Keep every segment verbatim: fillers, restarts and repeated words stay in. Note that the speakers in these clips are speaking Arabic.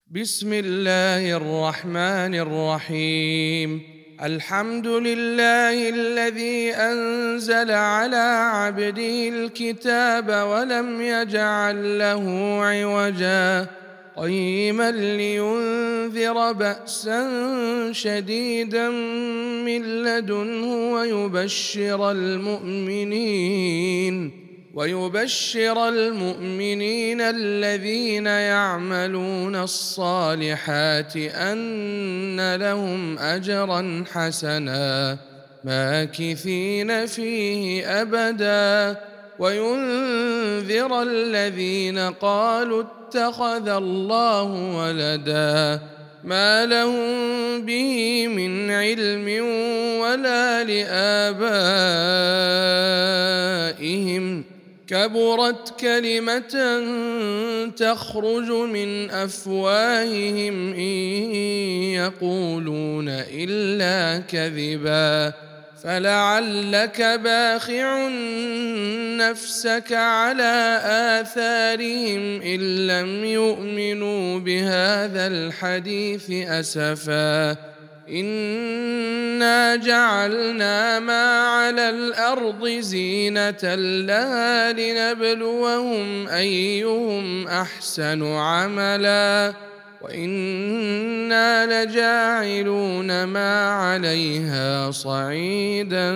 بسم الله الرحمن الرحيم. الحمد لله الذي أنزل على عبده الكتاب ولم يجعل له عوجا قيما لينذر بأسا شديدا من لدنه ويبشر المؤمنين ويبشر المؤمنين الذين يعملون الصالحات أن لهم أجرا حسنا ماكثين فيه أبدا وينذر الذين قالوا اتخذ الله ولدا ما لهم به من علم ولا لآبائهم كبرت كلمة تخرج من أفواههم إن يقولون إلا كذبا فلعلك باخع نفسك على آثارهم إن لم يؤمنوا بهذا الحديث أسفا إنا جعلنا ما على الأرض زينة لها لنبلوهم أيهم أحسن عملا وإنا لجاعلون ما عليها صعيدا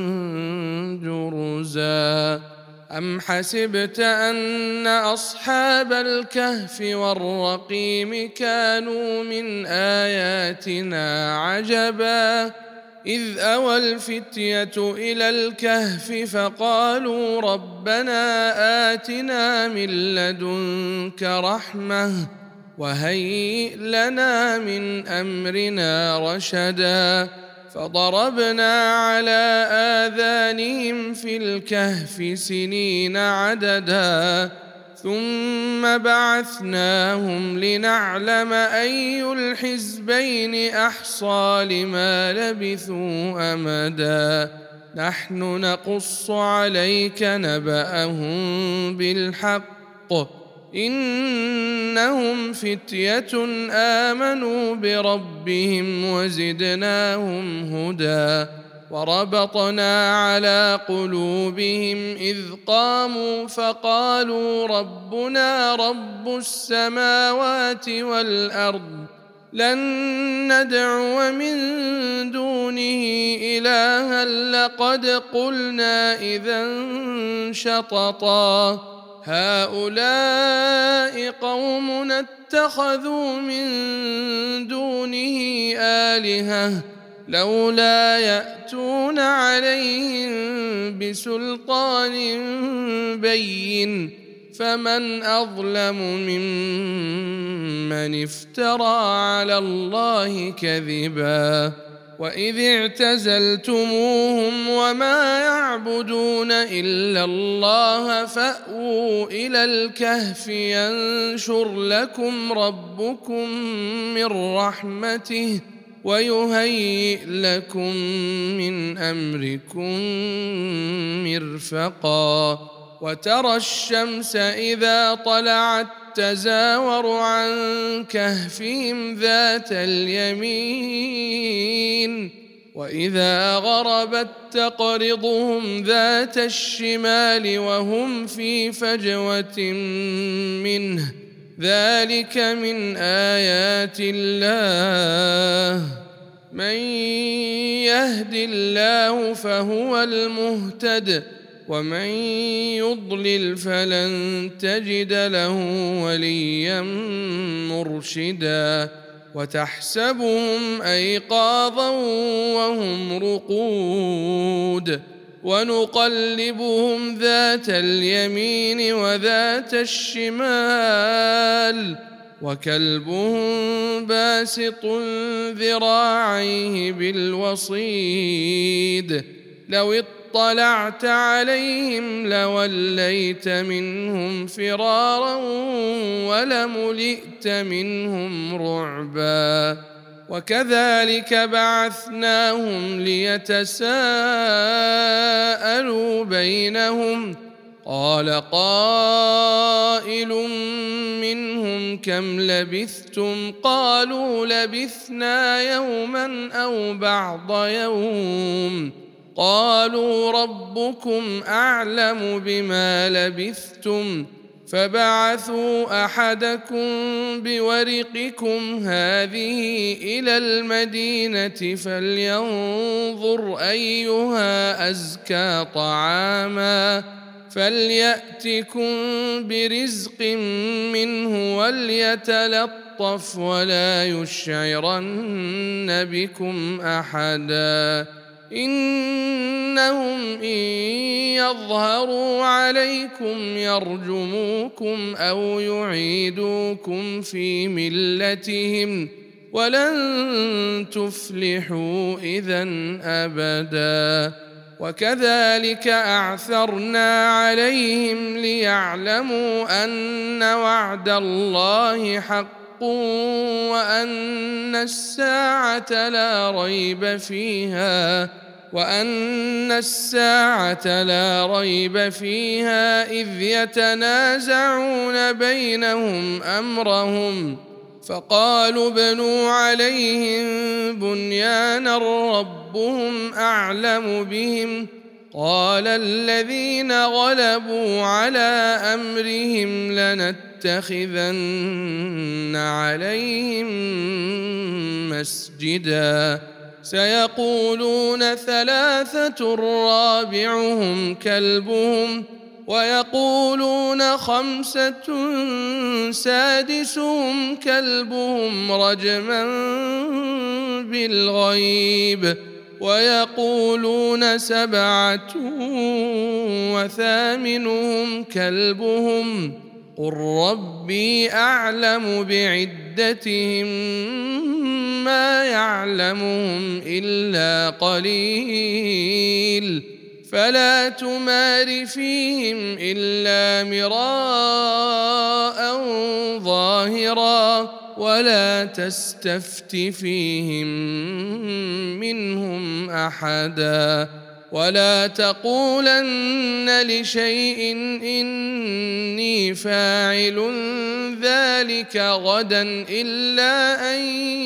جرزا أم حسبت أن أصحاب الكهف والرقيم كانوا من آياتنا عجبا إذ أوى الفتية إلى الكهف فقالوا ربنا آتنا من لدنك رحمة وهيئ لنا من أمرنا رشدا فضربنا على آذانهم في الكهف سنين عددا ثم بعثناهم لنعلم أي الحزبين أحصى لما لبثوا أمدا نحن نقص عليك نبأهم بالحق إنهم فتية آمنوا بربهم وزدناهم هدى وربطنا على قلوبهم إذ قاموا فقالوا ربنا رب السماوات والأرض لن ندعو من دونه إلها لقد قلنا إذا شططا هؤلاء قومنا اتخذوا من دونه آلهة لولا يأتون عليهم بسلطان بين فمن أظلم ممن افترى على الله كذبا وإذ اعتزلتموهم وما يعبدون إلا الله فأووا إلى الكهف ينشر لكم ربكم من رحمته ويهيئ لكم من أمركم مرفقا وترى الشمس إذا طلعت تزاور عن كهفهم ذات اليمين وإذا غربت تقرضهم ذات الشمال وهم في فجوة منه ذلك من آيات الله من يهد الله فهو المهتد ومن يضلل فلن تجد له وليا مرشدا وتحسبهم أيقاظا وهم رقود ونقلبهم ذات اليمين وذات الشمال وكلبهم باسط ذراعيه بالوصيد لو اطلعت عليهم لوليت منهم فرارا ولملئت منهم رعبا وكذلك بعثناهم ليتساءلوا بينهم قال قائل منهم كم لبثتم قالوا لبثنا يوما أو بعض يوم قالوا ربكم أعلم بما لبثتم فبعثوا أحدكم بورقكم هذه إلى المدينة فلينظر أيها أزكى طعاما فليأتكم برزق منه وليتلطف ولا يشعرن بكم أحدا إنهم إن يظهروا عليكم يرجموكم أو يعيدوكم في ملتهم ولن تفلحوا إذا أبدا وكذلك أعثرنا عليهم ليعلموا أن وعد الله حق وأن الساعة لا ريب فيها وأن الساعة لا ريب فيها إذ يتنازعون بينهم أمرهم فقالوا ابنوا عليهم بنيانا ربهم أعلم بهم قال الذين غلبوا على أمرهم لنتخذن عليهم مسجدا سيقولون ثلاثة رابعهم كلبهم ويقولون خمسة سادسهم كلبهم رجما بالغيب ويقولون سبعة وثامنهم كلبهم قل ربي أعلم بعدتهم ما يعلمهم إلا قليل فلا تمار فيهم إلا مراء ظاهرا ولا تستفت فيهم منهم أحدا ولا تقولن لشيء إني فاعل ذلك غدا إلا أن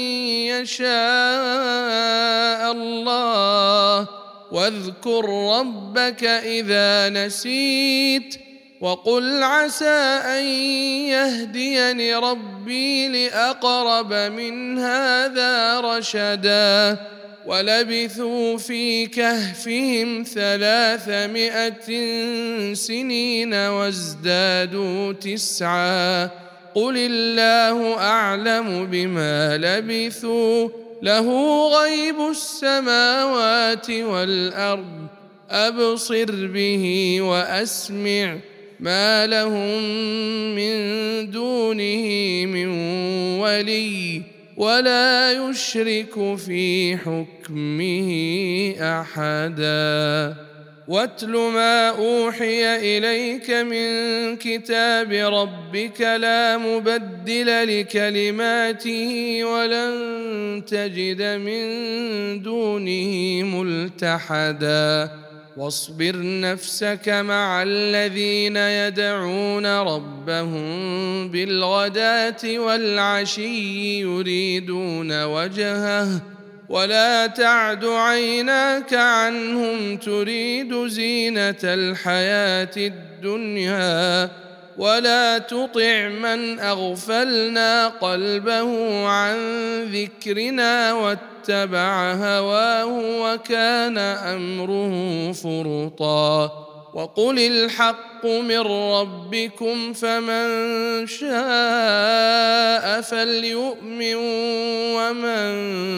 يشاء الله واذكر ربك إذا نسيت وقل عسى أن يهديني ربي لأقرب من هذا رشدا ولبثوا في كهفهم ثلاثمائة سنين وازدادوا تسعا قل الله أعلم بما لبثوا له غيب السماوات والأرض أبصر به وأسمع ما لهم من دونه من ولي ولا يشرك في حكمه أحدا واتل ما أوحي إليك من كتاب ربك لا مبدل لكلماته ولن تجد من دونه ملتحدا واصبر نفسك مع الذين يدعون ربهم بالغداة والعشي يريدون وجهه ولا تعد عيناك عنهم تريد زينة الحياة الدنيا ولا تطع من أغفلنا قلبه عن ذكرنا واتبع هواه وكان أمره فرطا وقل الحق من ربكم فمن شاء فليؤمن ومن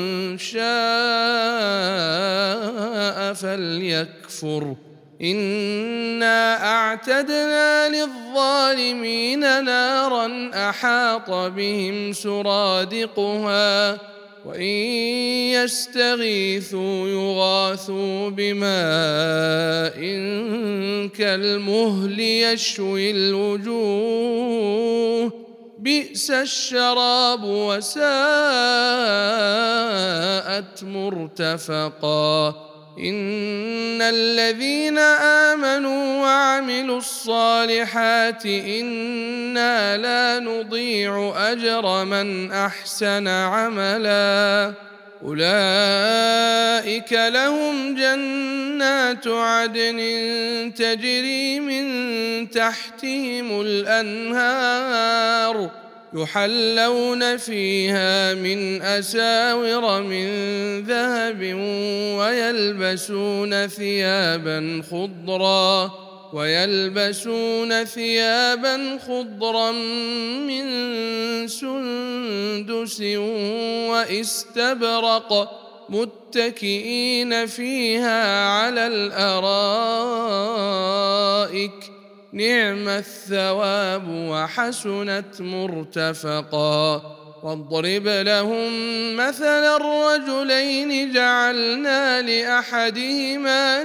شاء فليكفر إنا أعتدنا للظالمين نارا أحاط بهم سرادقها وإن يستغيثوا يغاثوا بماء كالمهل يشوي الوجوه بئس الشراب وساءت مرتفقا إن الذين آمنوا وعملوا الصالحات إنا لا نضيع أجر من أحسن عملا أولئك لهم جنات عدن تجري من تحتهم الأنهار يحلون فيها من أساور من ذهب ويلبسون ثيابا خضرا ويلبسون ثيابا خضرا من سندس واستبرق متكئين فيها على الأرائك نعم الثواب وحسنت مرتفقا واضرب لهم مثل الرجلين جعلنا لأحدهما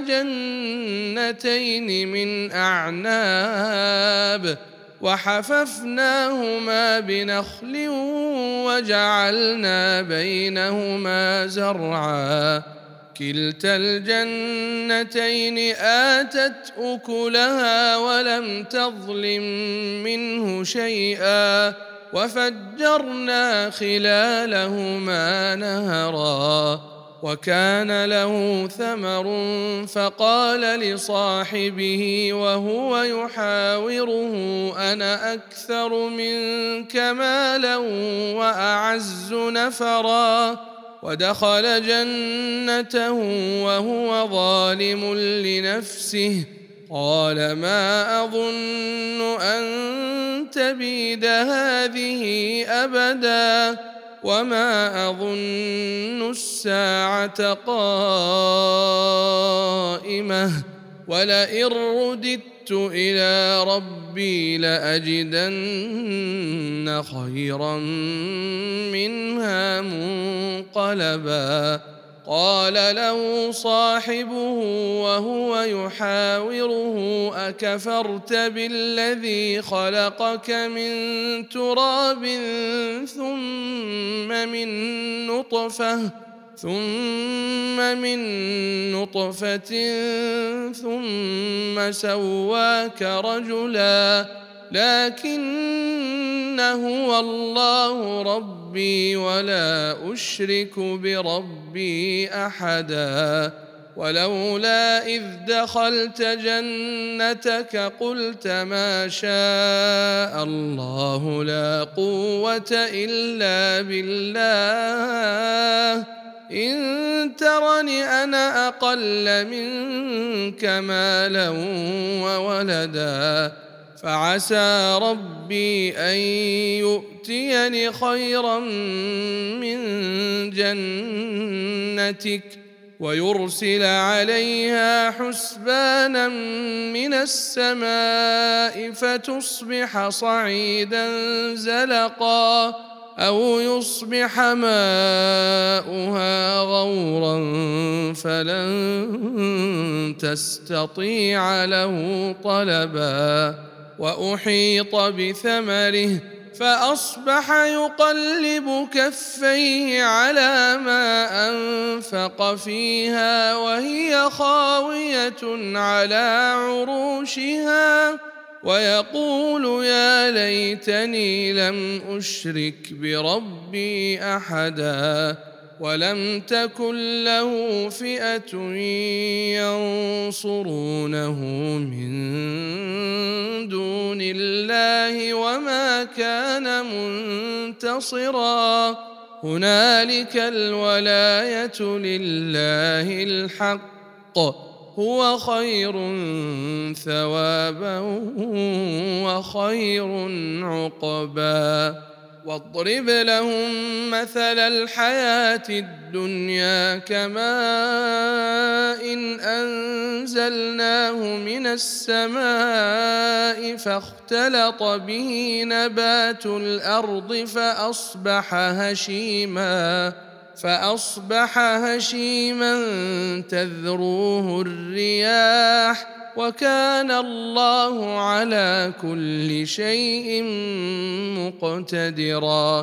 جنتين من أعناب وحففناهما بنخل وجعلنا بينهما زرعا كلتا الجنتين آتت أكلها ولم تظلم منه شيئا وفجرنا خلالهما نهرا وكان له ثمر فقال لصاحبه وهو يحاوره أنا أكثر منك مالا وأعز نفرا ودخل جنته وهو ظالم لنفسه قال ما أظن أن تبيد هذه أبدا وما أظن الساعة قائمة ولئن رددت إلى ربي لأجدن خيرا منها منقلبا قال له صاحبه وهو يحاوره أكفرت بالذي خلقك من تراب ثم من نطفة ثم من نطفة ثم سواك رجلا لكن هو الله ربي ولا أشرك بربي أحدا ولولا إذ دخلت جنتك قلت ما شاء الله لا قوة إلا بالله إن ترني أنا أقل منك مالا وولدا فعسى ربي أن يؤتيني خيرا من جنتك ويرسل عليها حسبانا من السماء فتصبح صعيدا زلقا أو يصبح ماؤها غورا فلن تستطيع له طلبا وأحيط بثمره فأصبح يقلب كفيه على ما أنفق فيها وهي خاوية على عروشها ويقول يا ليتني لم أشرك بربي أحدا ولم تكن له فئة ينصرونه من دون الله وما كان منتصرا هنالك الولاية لله الحق هو خير ثوابا وخير عقبا واضرب لهم مثل الحياة الدنيا كماء إن أنزلناه من السماء فاختلط به نبات الأرض فأصبح هشيما فأصبح هشيما تذروه الرياح وكان الله على كل شيء مقتدرا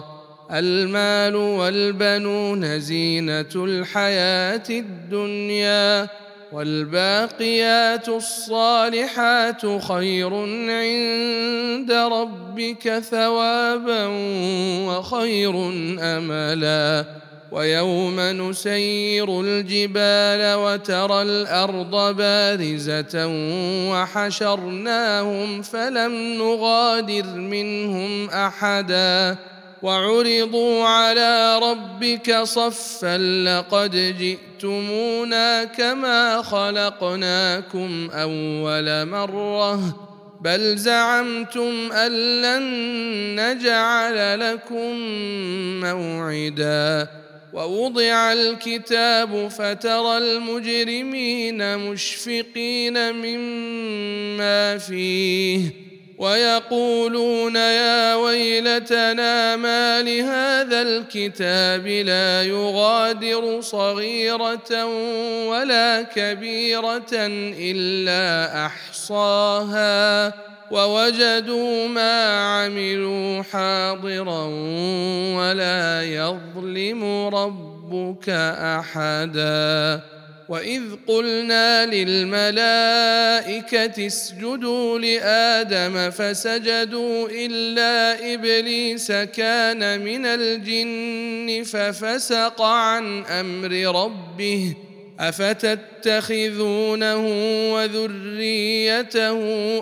المال والبنون زينة الحياة الدنيا، والباقيات الصالحات خير عند ربك ثوابا وخير أملا. ويوم نسير الجبال وترى الأرض بارزة وحشرناهم فلم نغادر منهم أحدا وعرضوا على ربك صفا لقد جئتمونا كما خلقناكم أول مرة بل زعمتم أن لن نجعل لكم موعدا. ووضع الكتاب فترى المجرمين مشفقين مما فيه ويقولون يا ويلتنا ما لهذا الكتاب لا يغادر صغيرة ولا كبيرة إلا أحصاها ووجدوا ما عملوا حاضرا ولا يظلم ربك أحدا. وإذ قلنا للملائكة اسجدوا لآدم فسجدوا إلا إبليس كان من الجن ففسق عن أمر ربه أفتتخذونه وذريته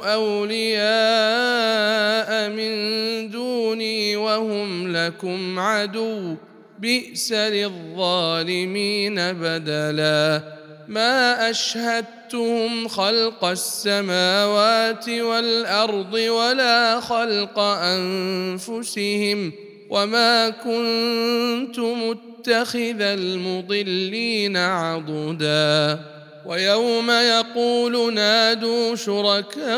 أولياء من دوني وهم لكم عدو بئس للظالمين بدلا. ما أشهدتهم خلق السماوات والأرض ولا خلق أنفسهم وما كنت متخذ المضلين عضدا. ويوم يقول نادوا شركائي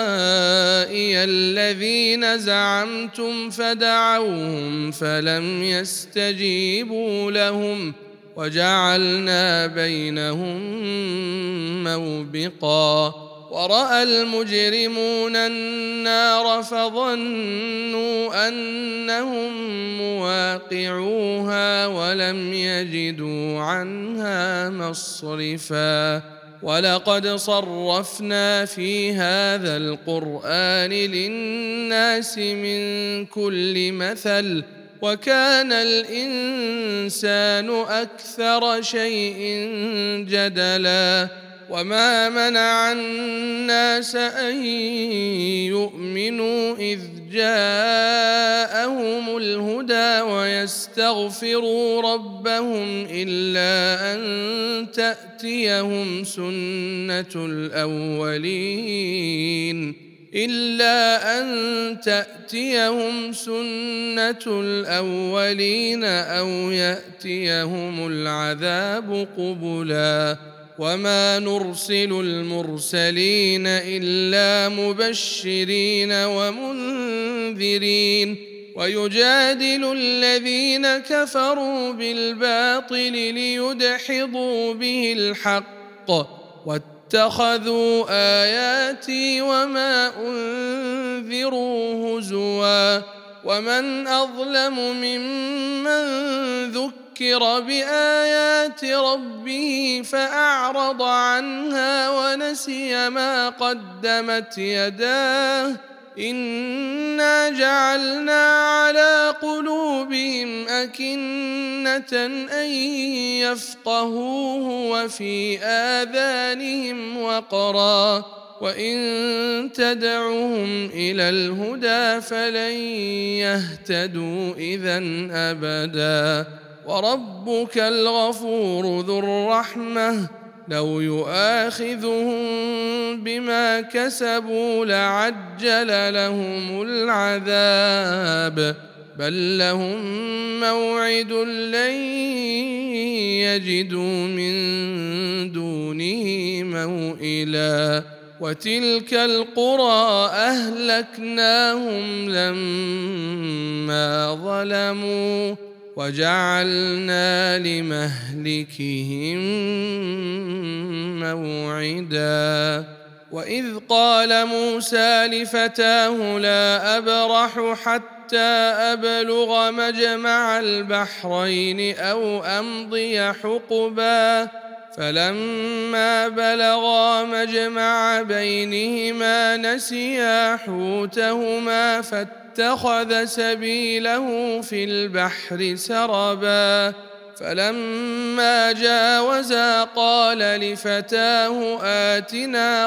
الذين زعمتم فدعوهم فلم يستجيبوا لهم وجعلنا بينهم موبقا. ورأى المجرمون النار فظنوا أنهم مواقعوها ولم يجدوا عنها مصرفا. ولقد صرفنا في هذا القرآن للناس من كل مثل وكان الإنسان أكثر شيء جدلا. وما منع الناس أن يؤمنوا إذ جاءهم الهدى ويستغفروا ربهم إلا أن تأتيهم سنة الأولين إلا أن تأتيهم سنة الأولين أو يأتيهم العذاب قبلا. وما نرسل المرسلين إلا مبشرين ومنذرين ويجادل الذين كفروا بالباطل ليدحضوا به الحق واتخذوا آياتي وما أنذروا هزوا. ومن أظلم ممن ذكر بآيات ربه فأعرض عنها ونسي ما قدمت يداه إنا جعلنا على قلوبهم أكنة أن يفقهوه وفي آذانهم وقرا وإن تدعهم إلى الهدى فلن يهتدوا إذن أبدا. وربك الغفور ذو الرحمة لو يؤاخذهم بما كسبوا لعجل لهم العذاب بل لهم موعد لن يجدوا من دونه موئلا. وتلك القرى أهلكناهم لما ظلموا وجعلنا لمهلكهم موعدا. وإذ قال موسى لفتاه لا أبرح حتى أبلغ مجمع البحرين أو أمضي حقبا فلما بلغا مجمع بينهما نسيا حوتهما فاتخذ سبيله في البحر سربا فلما جاوزا قال لفتاه آتنا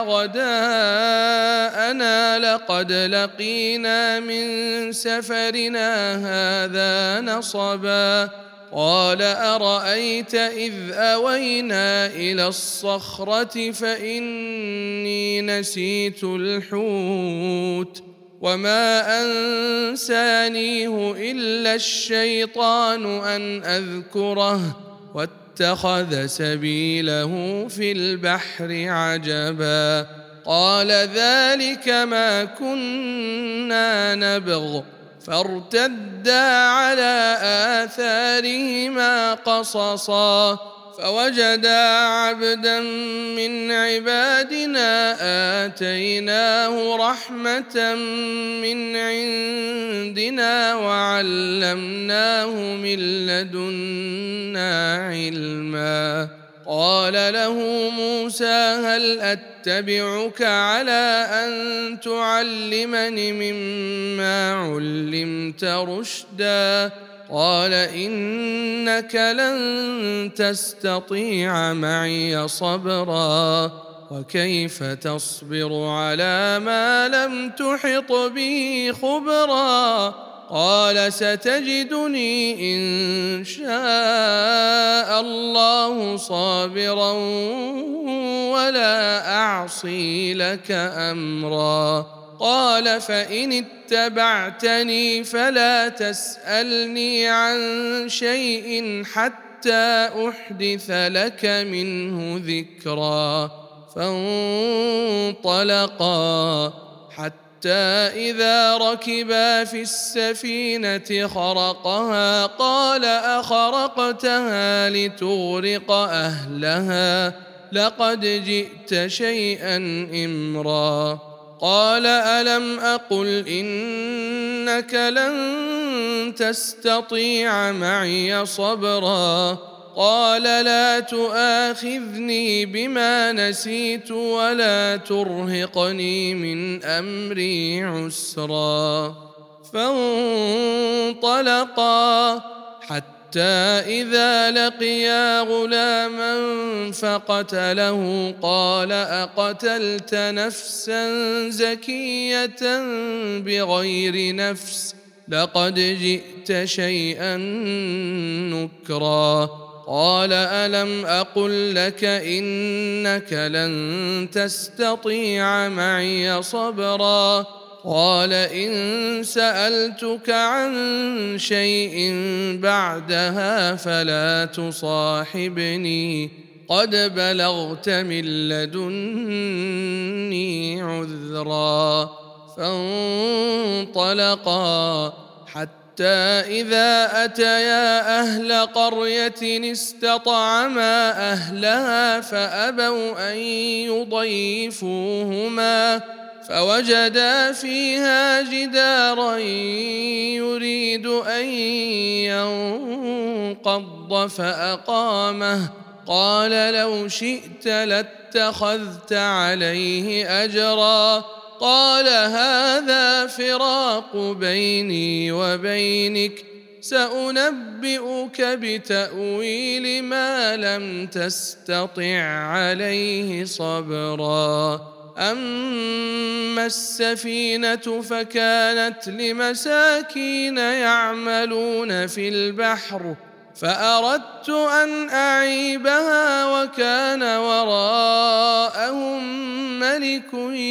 غداءنا لقد لقينا من سفرنا هذا نصبا قال أرأيت إذ أوينا إلى الصخرة فإني نسيت الحوت وما أنسانيه إلا الشيطان أن أذكره واتخذ سبيله في البحر عجبا قال ذلك ما كنا نبغ فارتدا على آثارهما قصصا فوجدا عبدا من عبادنا آتيناه رحمة من عندنا وعلمناه من لدنا علما قال له موسى هل أتبعك على أن تعلمني مما علمت رشدا قال إنك لن تستطيع معي صبرا وكيف تصبر على ما لم تحط به خبرا قال ستجدني إن شاء الله صابرا ولا أعصي لك أمرا قال فإن اتبعتني فلا تسألني عن شيء حتى أحدث لك منه ذكرا فانطلقا حتى إذا ركبا في السفينة خرقها قال أخرقتها لتغرق أهلها لقد جئت شيئا إمرا قال ألم أقل إنك لن تستطيع معي صبرا قال لا تؤاخذني بما نسيت ولا ترهقني من أمري عسرا فانطلقا حتى إذا لقيا غلاما فقتله قال أقتلت نفسا زكية بغير نفس لقد جئت شيئا نكرا قال ألم أقل لك إنك لن تستطيع معي صبرا قال إن سألتك عن شيء بعدها فلا تصاحبني قد بلغت من لدني عذرا فانطلقا حتى إذا أتيا أهل قرية استطعما أهلها فأبوا أن يضيفوهما فوجدا فيها جدارا يريد أن ينقض فأقامه قال لو شئت لاتخذت عليه أجرا قال هذا فراق بيني وبينك سأنبئك بتأويل ما لم تستطع عليه صبرا أما السفينة فكانت لمساكين يعملون في البحر فأردت أن أعيبها وكان وراءهم ملك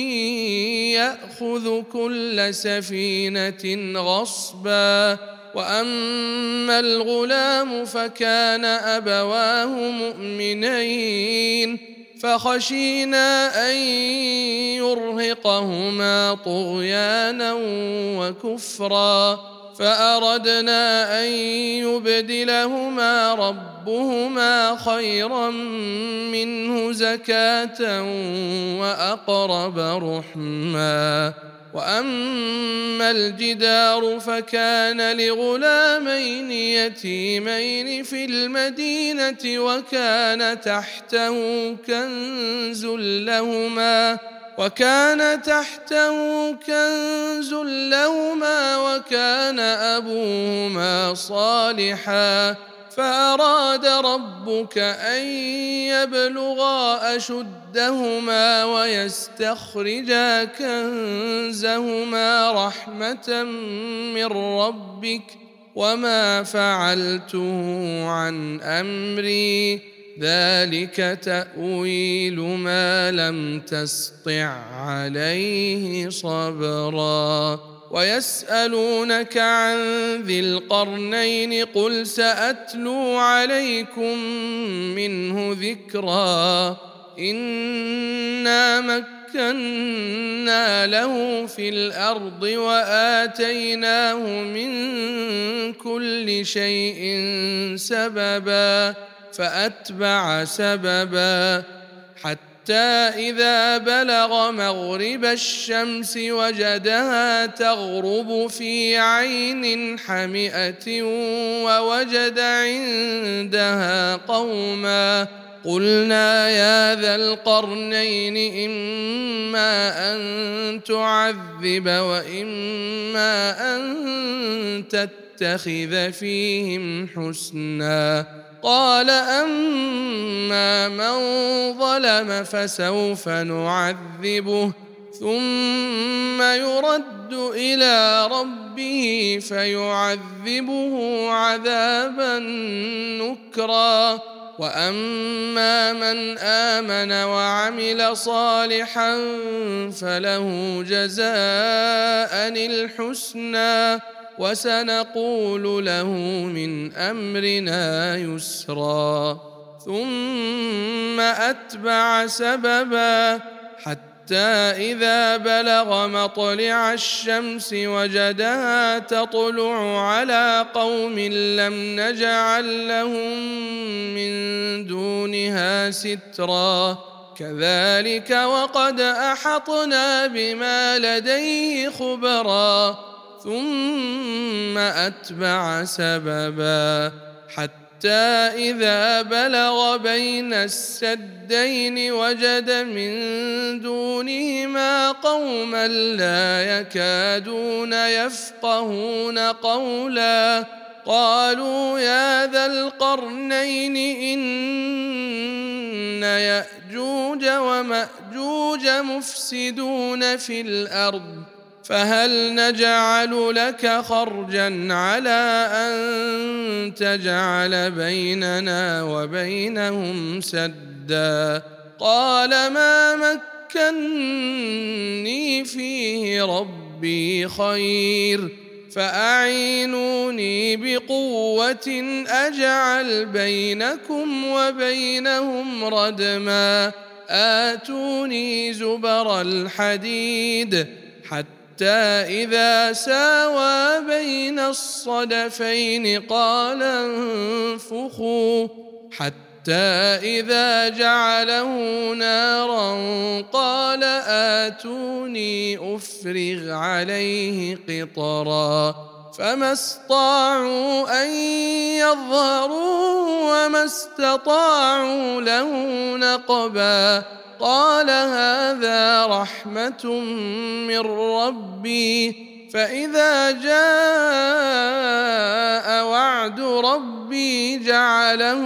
يأخذ كل سفينة غصبا وأما الغلام فكان أبواه مؤمنين فخشينا أن يرهقهما طغيانا وكفرا فأردنا أن يبدلهما ربهما خيرا منه زكاة وأقرب رحما. وأما الجدار فكان لغلامين يتيمين في المدينة وكان تحته كنز لهما وكان تحته كنز لهما وكان أبوهما صالحا فأراد ربك أن يبلغا أشدهما ويستخرجا كنزهما رحمة من ربك وما فعلته عن أمري ذلك تأويل ما لم تسطع عليه صبرا. ويسألونك عن ذي القرنين قل سأتلو عليكم منه ذكرا إنا مكنا له في الأرض وآتيناه من كل شيء سببا فأتبع سببا حتى إذا بلغ مغرب الشمس وجدها تغرب في عين حمئة ووجد عندها قوما قلنا يا ذا القرنين إما أن تعذب وإما أن تتخذ فيهم حسنا قال أما من ظلم فسوف نعذبه ثم يرد إلى ربه فيعذبه عذابا نكرا وأما من آمن وعمل صالحا فله جزاء الحسنى وسنقول له من أمرنا يسرا ثم أتبع سببا حتى إذا بلغ مطلع الشمس وجدها تطلع على قوم لم نجعل لهم من دونها سترا كذلك وقد أحطنا بما لديه خبرا ثم أتبع سببا حتى إذا بلغ بين السدين وجد من دونهما قوما لا يكادون يفقهون قولا قالوا يا ذا القرنين إن يأجوج ومأجوج مفسدون في الأرض فهل نجعل لك خرجا على أن تجعل بيننا وبينهم سدا قال ما مكني فيه ربي خير فأعينوني بقوة أجعل بينكم وبينهم ردما آتوني زبر الحديد حتى إذا ساوى بين الصدفين قال انفخوا حتى إذا جعله نارا قال آتوني أفرغ عليه قطرا فما استطاعوا أن يظهروه وما استطاعوا له نقبا قال هذا رحمة من ربي فإذا جاء وعد ربي جعله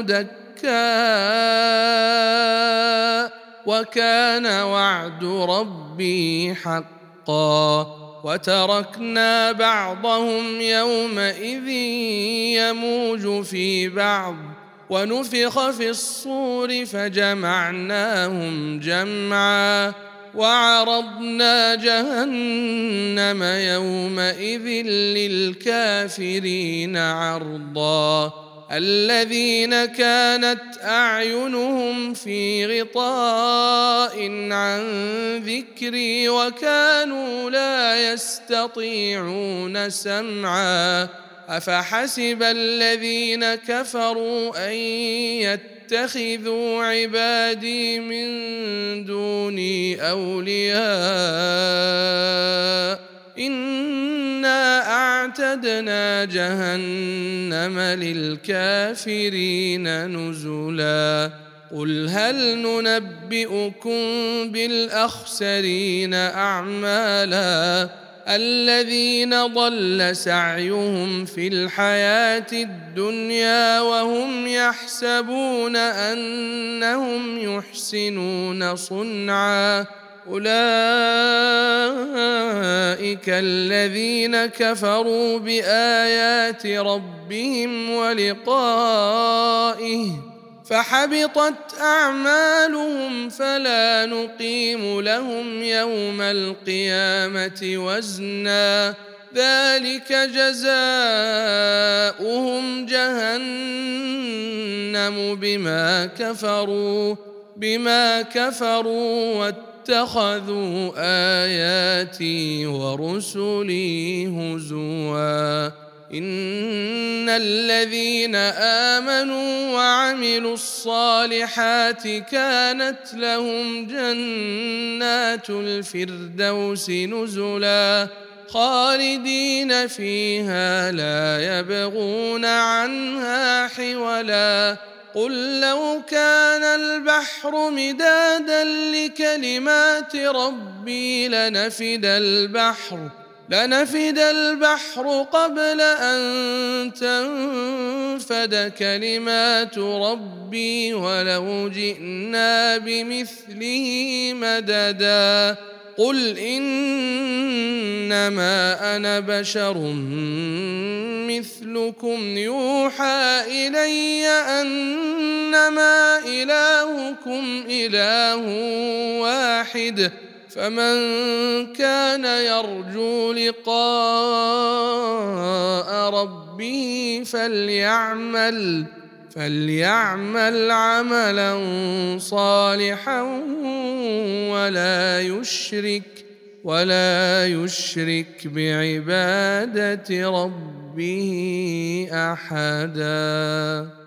دكا وكان وعد ربي حقا وتركنا بعضهم يومئذ يموج في بعض ونفخ في الصور فجمعناهم جمعا وعرضنا جهنم يومئذ للكافرين عرضا الذين كانت أعينهم في غطاء عن ذكري وكانوا لا يستطيعون سمعا أفحسب الذين كفروا أن يتخذوا عبادي من دوني أولياء إنا أعتدنا جهنم للكافرين نزلا قل هل ننبئكم بالأخسرين أعمالا الذين ضل سعيهم في الحياة الدنيا وهم يحسبون أنهم يحسنون صنعا أولئك الذين كفروا بآيات ربهم ولقائه فحبطت أعمالهم فلا نقيم لهم يوم القيامة وزنا ذلك جزاؤهم جهنم بما كفروا بما كفروا واتخذوا آياتي ورسلي هزوا إن الذين آمنوا وعملوا الصالحات كانت لهم جنات الفردوس نزلا خالدين فيها لا يبغون عنها حولا قل لو كان البحر مدادا لكلمات ربي لنفد البحر لنفد البحر قبل أن تنفد كلمات ربي ولو جئنا بمثله مددا قل إنما أنا بشر مثلكم يوحى إلي أنما إلهكم إله واحد فمن كان يرجو لقاء ربه فليعمل فليعمل عملا صالحا ولا يشرك ولا يشرك بعبادة ربه أحدا.